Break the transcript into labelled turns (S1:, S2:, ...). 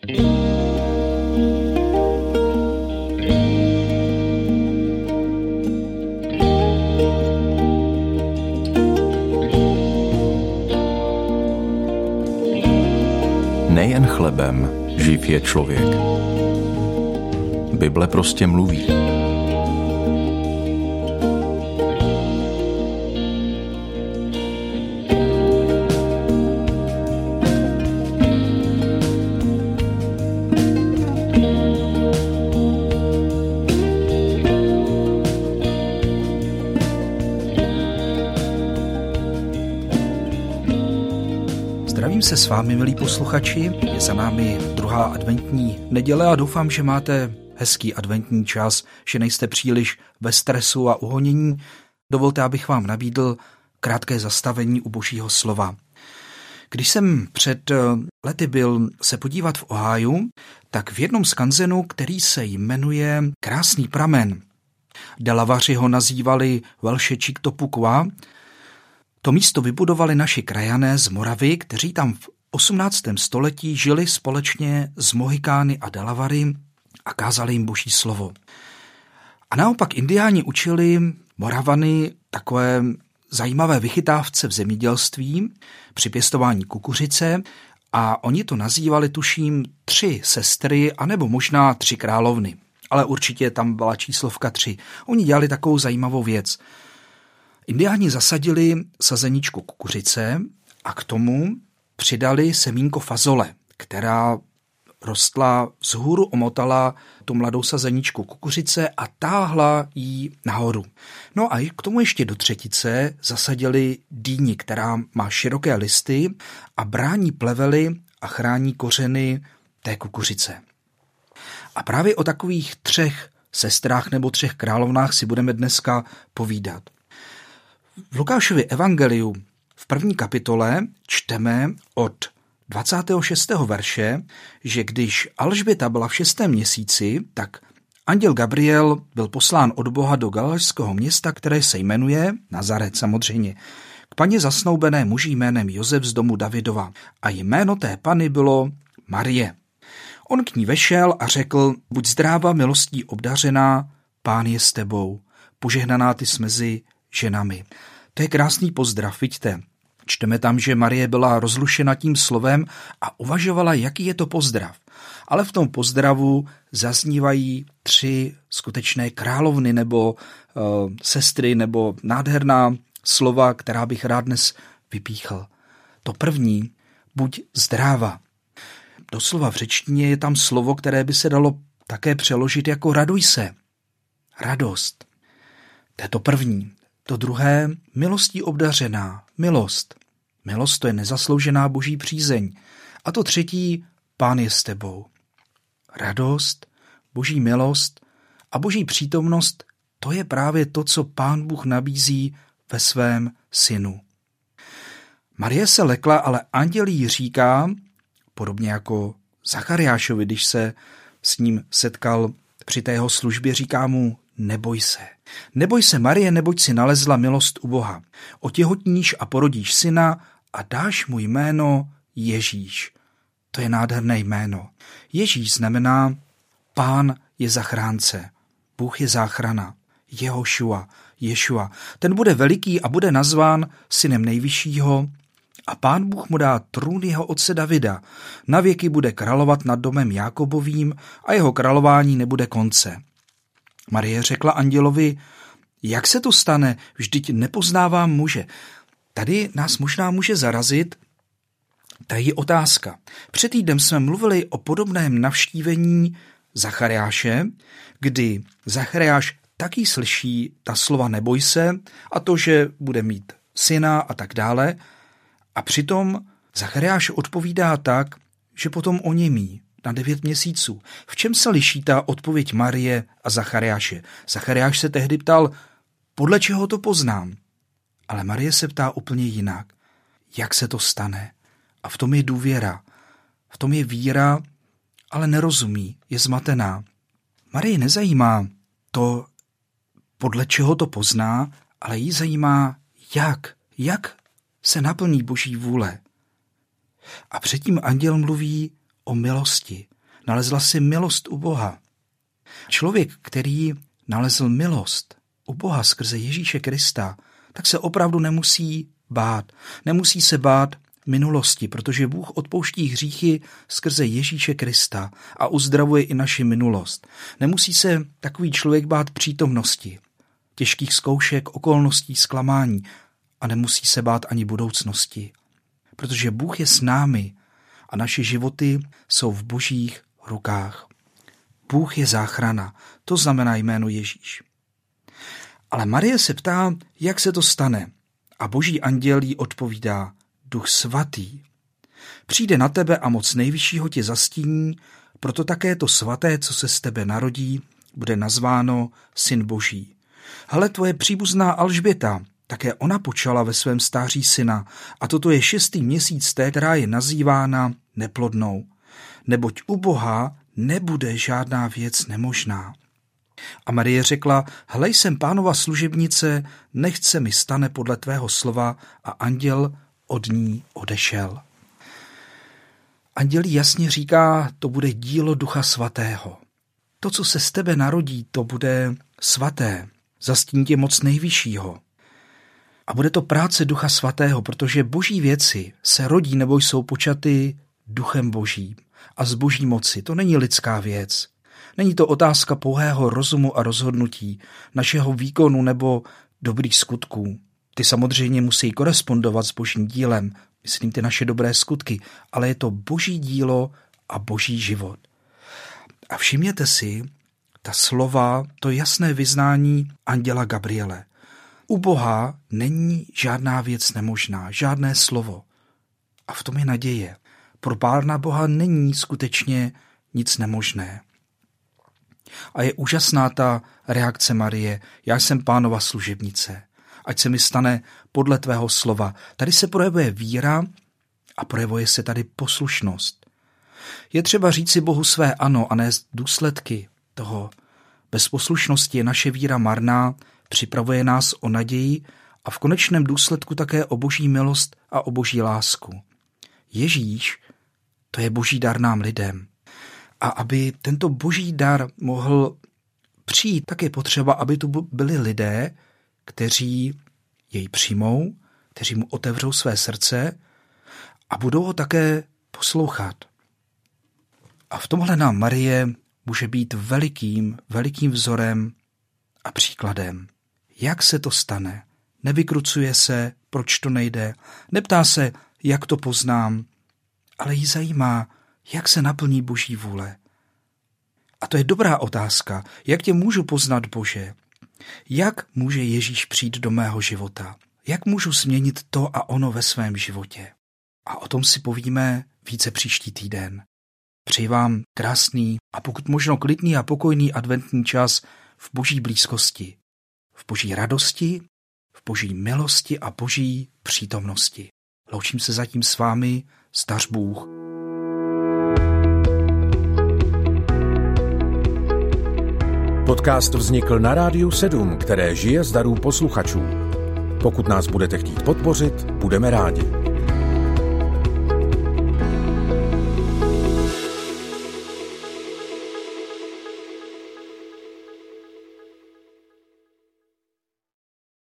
S1: Nejen chlebem živ je člověk. Bible prostě mluví.
S2: Zdravím se s vámi, milí posluchači, je za námi druhá adventní neděle a doufám, že máte hezký adventní čas, že nejste příliš ve stresu a uhonění. Dovolte, abych vám nabídl krátké zastavení u Božího slova. Když jsem před lety byl se podívat v Ohiu, tak v jednom skanzenu, který se jmenuje Krásný pramen, Delavaři ho nazývali Welsh Chicktopuqua, to místo vybudovali naši krajané z Moravy, kteří tam v 18. století žili společně s Mohikány a Delavary a kázali jim Boží slovo. A naopak indiáni učili Moravany takové zajímavé vychytávce v zemědělství při pěstování kukuřice a oni to nazývali, tuším, 3 sestry anebo možná 3 královny. Ale určitě tam byla číslovka 3. Oni dělali takovou zajímavou věc. Indiáni zasadili sazeničku kukuřice a k tomu přidali semínko fazole, která rostla vzhůru, omotala tu mladou sazeničku kukuřice a táhla ji nahoru. No a k tomu ještě do třetice zasadili dýni, která má široké listy a brání plevely a chrání kořeny té kukuřice. A právě o takových 3 sestrách nebo 3 královnách si budeme dneska povídat. V Lukášově evangeliu v 1. kapitole čteme od 26. verše, že když Alžběta byla v 6. měsíci, tak anděl Gabriel byl poslán od Boha do galilejského města, které se jmenuje Nazaret samozřejmě, k paně zasnoubené muži jménem Josef z domu Davidova a jméno té pany bylo Marie. On k ní vešel a řekl: buď zdráva, milostí obdařená, Pán je s tebou, požehnaná ty jsi mezi ženami. To je krásný pozdrav, vidíte. Čteme tam, že Marie byla rozlušena tím slovem a uvažovala, jaký je to pozdrav. Ale v tom pozdravu zaznívají 3 skutečné královny nebo sestry nebo nádherná slova, která bych rád dnes vypíchl. To první, buď zdráva. Doslova v řečtině je tam slovo, které by se dalo také přeložit jako raduj se. Radost. To je to první. To druhé, milostí obdařená, milost. Milost, to je nezasloužená boží přízeň. A to třetí, Pán je s tebou. Radost, boží milost a boží přítomnost, to je právě to, co Pán Bůh nabízí ve svém synu. Marie se lekla, ale anděl jí říká, podobně jako Zachariášovi, když se s ním setkal při té jeho službě, říká mu: neboj se. Neboj se, Marie, neboť si nalezla milost u Boha. Otěhotníš a porodíš syna a dáš mu jméno Ježíš. To je nádherné jméno. Ježíš znamená Pán je zachránce. Bůh je záchrana. Ješua. Ten bude veliký a bude nazván synem nejvyššího a Pán Bůh mu dá trůn jeho otce Davida. Navěky bude královat nad domem Jákobovým a jeho králování nebude konce. Marie řekla andělovi: jak se to stane, vždyť nepoznávám muže. Tady nás možná může zarazit ta je otázka. Před týdnem jsme mluvili o podobném navštívení Zachariáše, kdy Zachariáš taky slyší ta slova neboj se a to, že bude mít syna a tak dále. A přitom Zachariáš odpovídá tak, že potom oněmí na 9 měsíců. V čem se liší ta odpověď Marie a Zachariáše? Zachariáš se tehdy ptal, podle čeho to poznám? Ale Marie se ptá úplně jinak. Jak se to stane? A v tom je důvěra. V tom je víra, ale nerozumí, je zmatená. Marie nezajímá to, podle čeho to pozná, ale jí zajímá, jak se naplní Boží vůle. A předtím anděl mluví o milosti. Nalezla si milost u Boha. Člověk, který nalezl milost u Boha skrze Ježíše Krista, tak se opravdu nemusí bát. Nemusí se bát minulosti, protože Bůh odpouští hříchy skrze Ježíše Krista a uzdravuje i naši minulost. Nemusí se takový člověk bát přítomnosti, těžkých zkoušek, okolností, zklamání a nemusí se bát ani budoucnosti, protože Bůh je s námi a naše životy jsou v Božích rukách. Bůh je záchrana, to znamená jméno Ježíš. Ale Marie se ptá, jak se to stane, a Boží anděl jí odpovídá: Duch svatý přijde na tebe a moc nejvyššího tě zastíní, proto také to svaté, co se z tebe narodí, bude nazváno Syn Boží. Hle, tvoje příbuzná Alžběta, také ona počala ve svém stáří syna, a toto je 6. měsíc té, která je nazývána neplodnou. Neboť u Boha nebude žádná věc nemožná. A Marie řekla: hle, jsem Pánova služebnice, nechť se mi stane podle tvého slova, a anděl od ní odešel. Anděl jasně říká, to bude dílo Ducha svatého. To, co se z tebe narodí, to bude svaté, zastíní tě moc nejvyššího. A bude to práce Ducha svatého, protože boží věci se rodí nebo jsou počaty Duchem Božím a z boží moci. To není lidská věc. Není to otázka pouhého rozumu a rozhodnutí, našeho výkonu nebo dobrých skutků. Ty samozřejmě musí korespondovat s božím dílem, myslím ty naše dobré skutky, ale je to boží dílo a boží život. A všimněte si ta slova, to jasné vyznání anděla Gabriele. U Boha není žádná věc nemožná, žádné slovo. A v tom je naděje. Pro Pána Boha není skutečně nic nemožné. A je úžasná ta reakce Marie. Já jsem Pánova služebnice. Ať se mi stane podle tvého slova. Tady se projevuje víra a projevuje se tady poslušnost. Je třeba říci Bohu své ano a nést důsledky toho. Bez poslušnosti je naše víra marná, připravuje nás o naději a v konečném důsledku také o boží milost a o boží lásku. Ježíš, to je boží dar nám lidem. A aby tento boží dar mohl přijít, tak je potřeba, aby tu byli lidé, kteří jej přijmou, kteří mu otevřou své srdce a budou ho také poslouchat. A v tomhle nám Marie může být velikým vzorem a příkladem. Jak se to stane? Nevykrucuje se, proč to nejde, neptá se, jak to poznám, ale jí zajímá, jak se naplní boží vůle. A to je dobrá otázka. Jak tě můžu poznat, Bože? Jak může Ježíš přijít do mého života? Jak můžu změnit to a ono ve svém životě? A o tom si povíme více příští týden. Přeji vám krásný a pokud možno klidný a pokojný adventní čas v boží blízkosti, v boží radosti, v boží milosti a boží přítomnosti. Loučím se zatím s vámi, zdař Bůh.
S3: Podcast vznikl na Rádiu 7, které žije z darů posluchačů. Pokud nás budete chtít podpořit, budeme rádi.